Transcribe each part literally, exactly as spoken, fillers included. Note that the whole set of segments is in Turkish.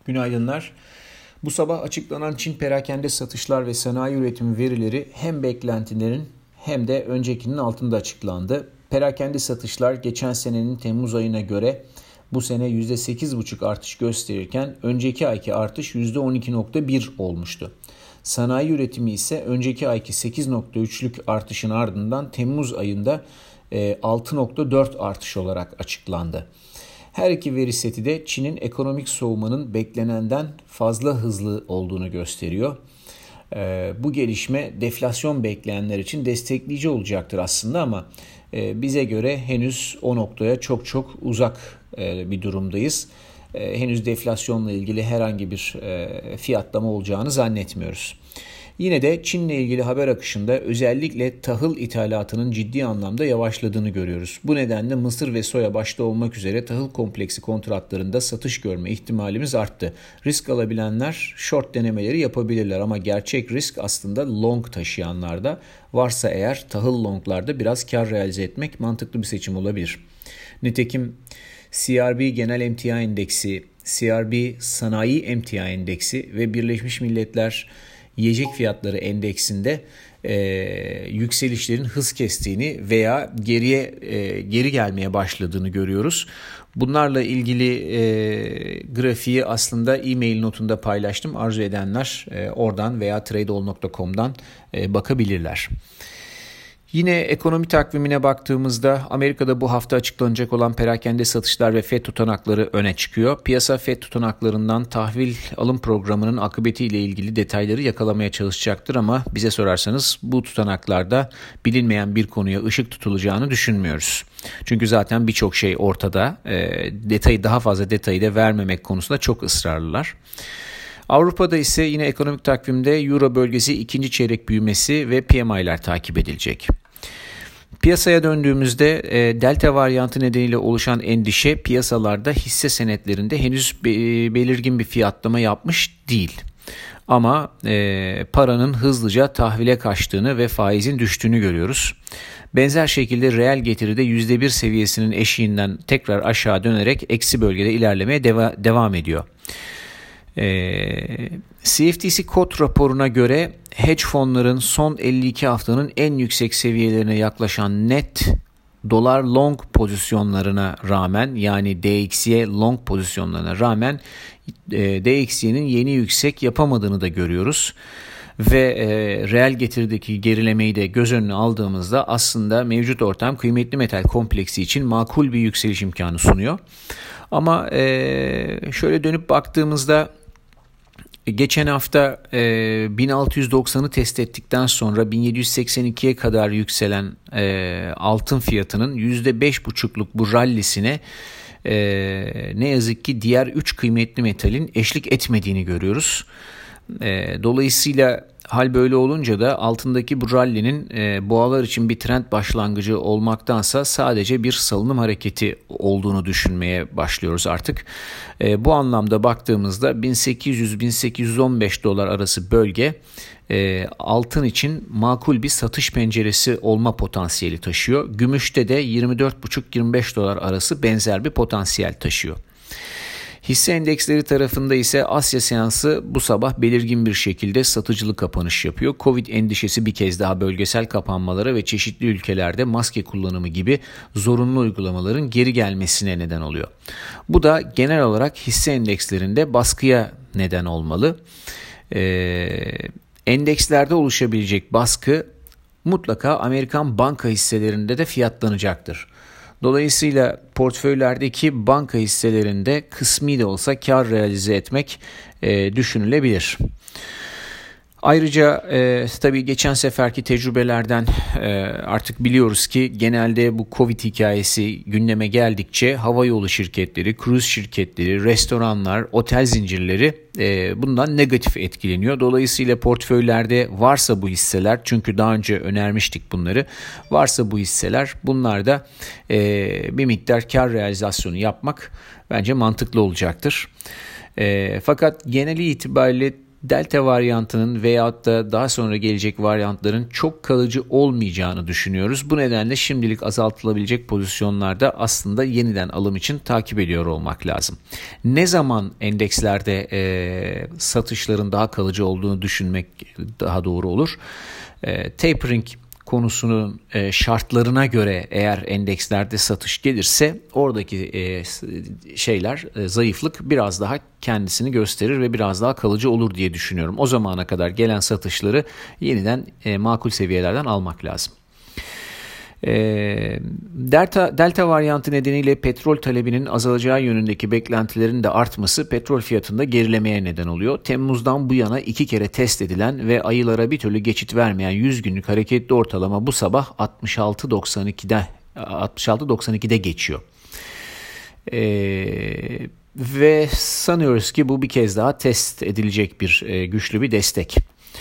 Günaydınlar. Bu sabah açıklanan Çin perakende satışlar ve sanayi üretimi verileri hem beklentilerin hem de öncekinin altında açıklandı. Perakende satışlar geçen senenin Temmuz ayına göre bu sene yüzde sekiz virgül beş artış gösterirken önceki ayki artış yüzde on iki virgül bir olmuştu. Sanayi üretimi ise önceki ayki sekiz virgül üçlük artışın ardından Temmuz ayında altı virgül dört artış olarak açıklandı. Her iki veri seti de Çin'in ekonomik soğumanın beklenenden fazla hızlı olduğunu gösteriyor. Ee, bu gelişme deflasyon bekleyenler için destekleyici olacaktır aslında ama e, bize göre henüz o noktaya çok çok uzak e, bir durumdayız. E, henüz deflasyonla ilgili herhangi bir e, fiyatlama olacağını zannetmiyoruz. Yine de Çin'le ilgili haber akışında özellikle tahıl ithalatının ciddi anlamda yavaşladığını görüyoruz. Bu nedenle mısır ve soya başta olmak üzere tahıl kompleksi kontratlarında satış görme ihtimalimiz arttı. Risk alabilenler short denemeleri yapabilirler ama gerçek risk aslında long taşıyanlarda. Varsa eğer tahıl longlarda biraz kar realize etmek mantıklı bir seçim olabilir. Nitekim C R B Genel Emtia Endeksi, C R B Sanayi Emtia Endeksi ve Birleşmiş Milletler Yiyecek Fiyatları Endeksinde e, yükselişlerin hız kestiğini veya geriye e, geri gelmeye başladığını görüyoruz. Bunlarla ilgili e, grafiği aslında e-mail notunda paylaştım. Arzu edenler e, oradan veya tradeall nokta com'dan e, bakabilirler. Yine ekonomi takvimine baktığımızda Amerika'da bu hafta açıklanacak olan perakende satışlar ve Fed tutanakları öne çıkıyor. Piyasa Fed tutanaklarından tahvil alım programının akıbetiyle ilgili detayları yakalamaya çalışacaktır ama bize sorarsanız bu tutanaklarda bilinmeyen bir konuya ışık tutulacağını düşünmüyoruz. Çünkü zaten birçok şey ortada. E, detayı daha fazla detayı da vermemek konusunda çok ısrarlılar. Avrupa'da ise yine ekonomik takvimde Euro bölgesi ikinci çeyrek büyümesi ve P M I'ler takip edilecek. Piyasaya döndüğümüzde e, delta varyantı nedeniyle oluşan endişe piyasalarda hisse senetlerinde henüz be, belirgin bir fiyatlama yapmış değil. Ama e, paranın hızlıca tahvile kaçtığını ve faizin düştüğünü görüyoruz. Benzer şekilde reel getiride yüzde bir seviyesinin eşiğinden tekrar aşağı dönerek eksi bölgede ilerlemeye deva, devam ediyor. Ee, C F T C kod raporuna göre hedge fonların son elli iki haftanın en yüksek seviyelerine yaklaşan net dolar long pozisyonlarına rağmen yani D X Y long pozisyonlarına rağmen e, D X Y'nin yeni yüksek yapamadığını da görüyoruz. Ve e, reel getirideki gerilemeyi de göz önüne aldığımızda aslında mevcut ortam kıymetli metal kompleksi için makul bir yükseliş imkanı sunuyor. Ama e, şöyle dönüp baktığımızda geçen hafta e, bin altı yüz doksanı test ettikten sonra bin yedi yüz seksen ikiye kadar yükselen e, altın fiyatının yüzde beş buçukluk bu rallisine e, ne yazık ki diğer üç kıymetli metalin eşlik etmediğini görüyoruz. E, dolayısıyla hal böyle olunca da altındaki bu rallinin e, boğalar için bir trend başlangıcı olmaktansa sadece bir salınım hareketi olduğunu düşünmeye başlıyoruz artık. E, bu anlamda baktığımızda bin sekiz yüz bin sekiz yüz on beş dolar arası bölge e, altın için makul bir satış penceresi olma potansiyeli taşıyor. Gümüşte de yirmi dört buçuk yirmi beş dolar arası benzer bir potansiyel taşıyor. Hisse endeksleri tarafında ise Asya seansı bu sabah belirgin bir şekilde satıcılı kapanış yapıyor. Covid endişesi bir kez daha bölgesel kapanmalara ve çeşitli ülkelerde maske kullanımı gibi zorunlu uygulamaların geri gelmesine neden oluyor. Bu da genel olarak hisse endekslerinde baskıya neden olmalı. Ee, endekslerde oluşabilecek baskı mutlaka Amerikan banka hisselerinde de fiyatlanacaktır. Dolayısıyla portföylerdeki banka hisselerinde kısmi de olsa kar realize etmek e, düşünülebilir. Ayrıca e, tabii geçen seferki tecrübelerden e, artık biliyoruz ki genelde bu Covid hikayesi gündeme geldikçe havayolu şirketleri, kruz şirketleri, restoranlar, otel zincirleri e, bundan negatif etkileniyor. Dolayısıyla portföylerde varsa bu hisseler, çünkü daha önce önermiştik bunları, varsa bu hisseler bunlarda e, bir miktar kar realizasyonu yapmak bence mantıklı olacaktır. E, fakat geneli itibariyle Delta varyantının veyahut da daha sonra gelecek varyantların çok kalıcı olmayacağını düşünüyoruz. Bu nedenle şimdilik azaltılabilecek pozisyonlarda aslında yeniden alım için takip ediyor olmak lazım. Ne zaman endekslerde e, satışların daha kalıcı olduğunu düşünmek daha doğru olur? E, tapering konusunun e, şartlarına göre eğer endekslerde satış gelirse oradaki e, şeyler e, zayıflık biraz daha kendisini gösterir ve biraz daha kalıcı olur diye düşünüyorum. O zamana kadar gelen satışları yeniden e, makul seviyelerden almak lazım. E, Delta, Delta varyantı nedeniyle petrol talebinin azalacağı yönündeki beklentilerin de artması petrol fiyatında gerilemeye neden oluyor. Temmuz'dan bu yana iki kere test edilen ve ayılara bir türlü geçit vermeyen yüz günlük hareketli ortalama bu sabah altmış altı doksan ikide altmış altı doksan ikide geçiyor. E, ve sanıyoruz ki bu bir kez daha test edilecek bir e, güçlü bir destek.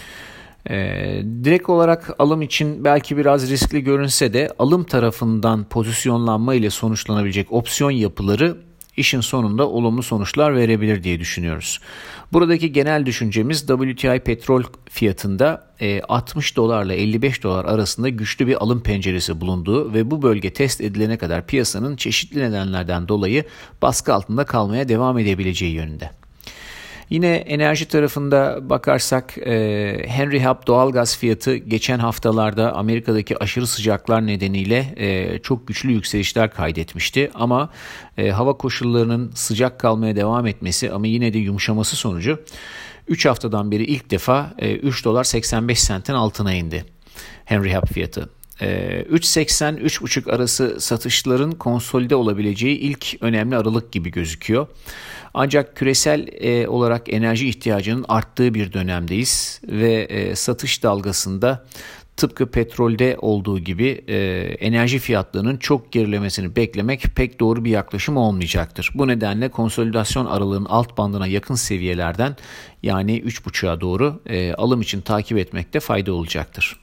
Ee, direkt olarak alım için belki biraz riskli görünse de alım tarafından pozisyonlanma ile sonuçlanabilecek opsiyon yapıları işin sonunda olumlu sonuçlar verebilir diye düşünüyoruz. Buradaki genel düşüncemiz W T I petrol fiyatında e, altmış dolarla elli beş dolar arasında güçlü bir alım penceresi bulunduğu ve bu bölge test edilene kadar piyasanın çeşitli nedenlerden dolayı baskı altında kalmaya devam edebileceği yönünde. Yine enerji tarafında bakarsak Henry Hub doğalgaz fiyatı geçen haftalarda Amerika'daki aşırı sıcaklar nedeniyle çok güçlü yükselişler kaydetmişti. Ama hava koşullarının sıcak kalmaya devam etmesi ama yine de yumuşaması sonucu üç haftadan beri ilk defa üç dolar seksen beş sentin altına indi Henry Hub fiyatı. üç seksen üç buçuk arası satışların konsolide olabileceği ilk önemli aralık gibi gözüküyor. Ancak küresel e, olarak enerji ihtiyacının arttığı bir dönemdeyiz ve e, satış dalgasında tıpkı petrolde olduğu gibi e, enerji fiyatlarının çok gerilemesini beklemek pek doğru bir yaklaşım olmayacaktır. Bu nedenle konsolidasyon aralığının alt bandına yakın seviyelerden yani üç buçuğa doğru e, alım için takip etmekte fayda olacaktır.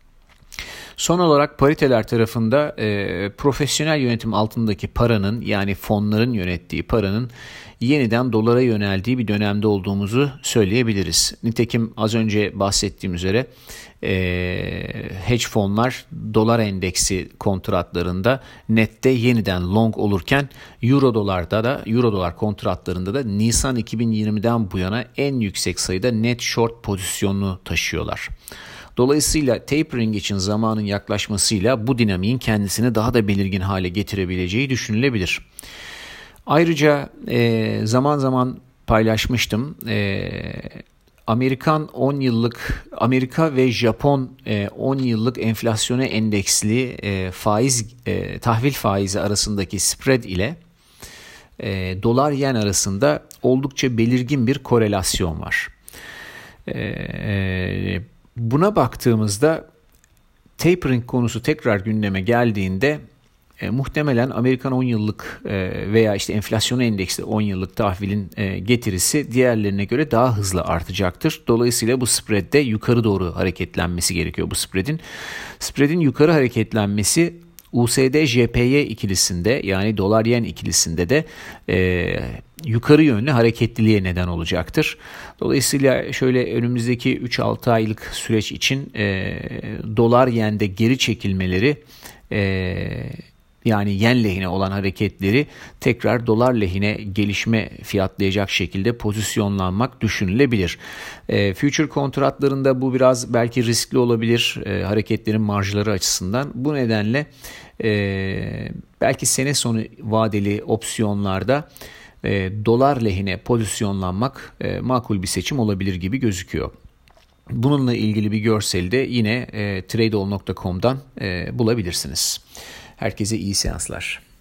Son olarak pariteler tarafında e, profesyonel yönetim altındaki paranın yani fonların yönettiği paranın yeniden dolara yöneldiği bir dönemde olduğumuzu söyleyebiliriz. Nitekim az önce bahsettiğim üzere e, hedge fonlar dolar endeksi kontratlarında nette yeniden long olurken euro dolarda da euro dolar kontratlarında da Nisan iki bin yirmiden bu yana en yüksek sayıda net short pozisyonunu taşıyorlar. Dolayısıyla tapering için zamanın yaklaşmasıyla bu dinamiğin kendisini daha da belirgin hale getirebileceği düşünülebilir. Ayrıca e, zaman zaman paylaşmıştım. E, Amerikan on yıllık Amerika ve Japon e, on yıllık enflasyona endeksli e, faiz e, tahvil faizi arasındaki spread ile e, dolar yen arasında oldukça belirgin bir korelasyon var. E, e, buna baktığımızda tapering konusu tekrar gündeme geldiğinde E, muhtemelen Amerikan on yıllık e, veya işte enflasyon endeksli on yıllık tahvilin e, getirisi diğerlerine göre daha hızlı artacaktır. Dolayısıyla bu spreadde yukarı doğru hareketlenmesi gerekiyor bu spreadin. Spreadin yukarı hareketlenmesi U S D J P Y ikilisinde yani dolar yen ikilisinde de e, yukarı yönlü hareketliliğe neden olacaktır. Dolayısıyla şöyle önümüzdeki üç altı aylık süreç için e, dolar yende geri çekilmeleri e, yani yen lehine olan hareketleri tekrar dolar lehine gelişme fiyatlayacak şekilde pozisyonlanmak düşünülebilir. E, future kontratlarında bu biraz belki riskli olabilir e, hareketlerin marjları açısından. Bu nedenle e, belki sene sonu vadeli opsiyonlarda e, dolar lehine pozisyonlanmak e, makul bir seçim olabilir gibi gözüküyor. Bununla ilgili bir görseli de yine e, tradeall nokta com'dan e, bulabilirsiniz. Herkese iyi seanslar.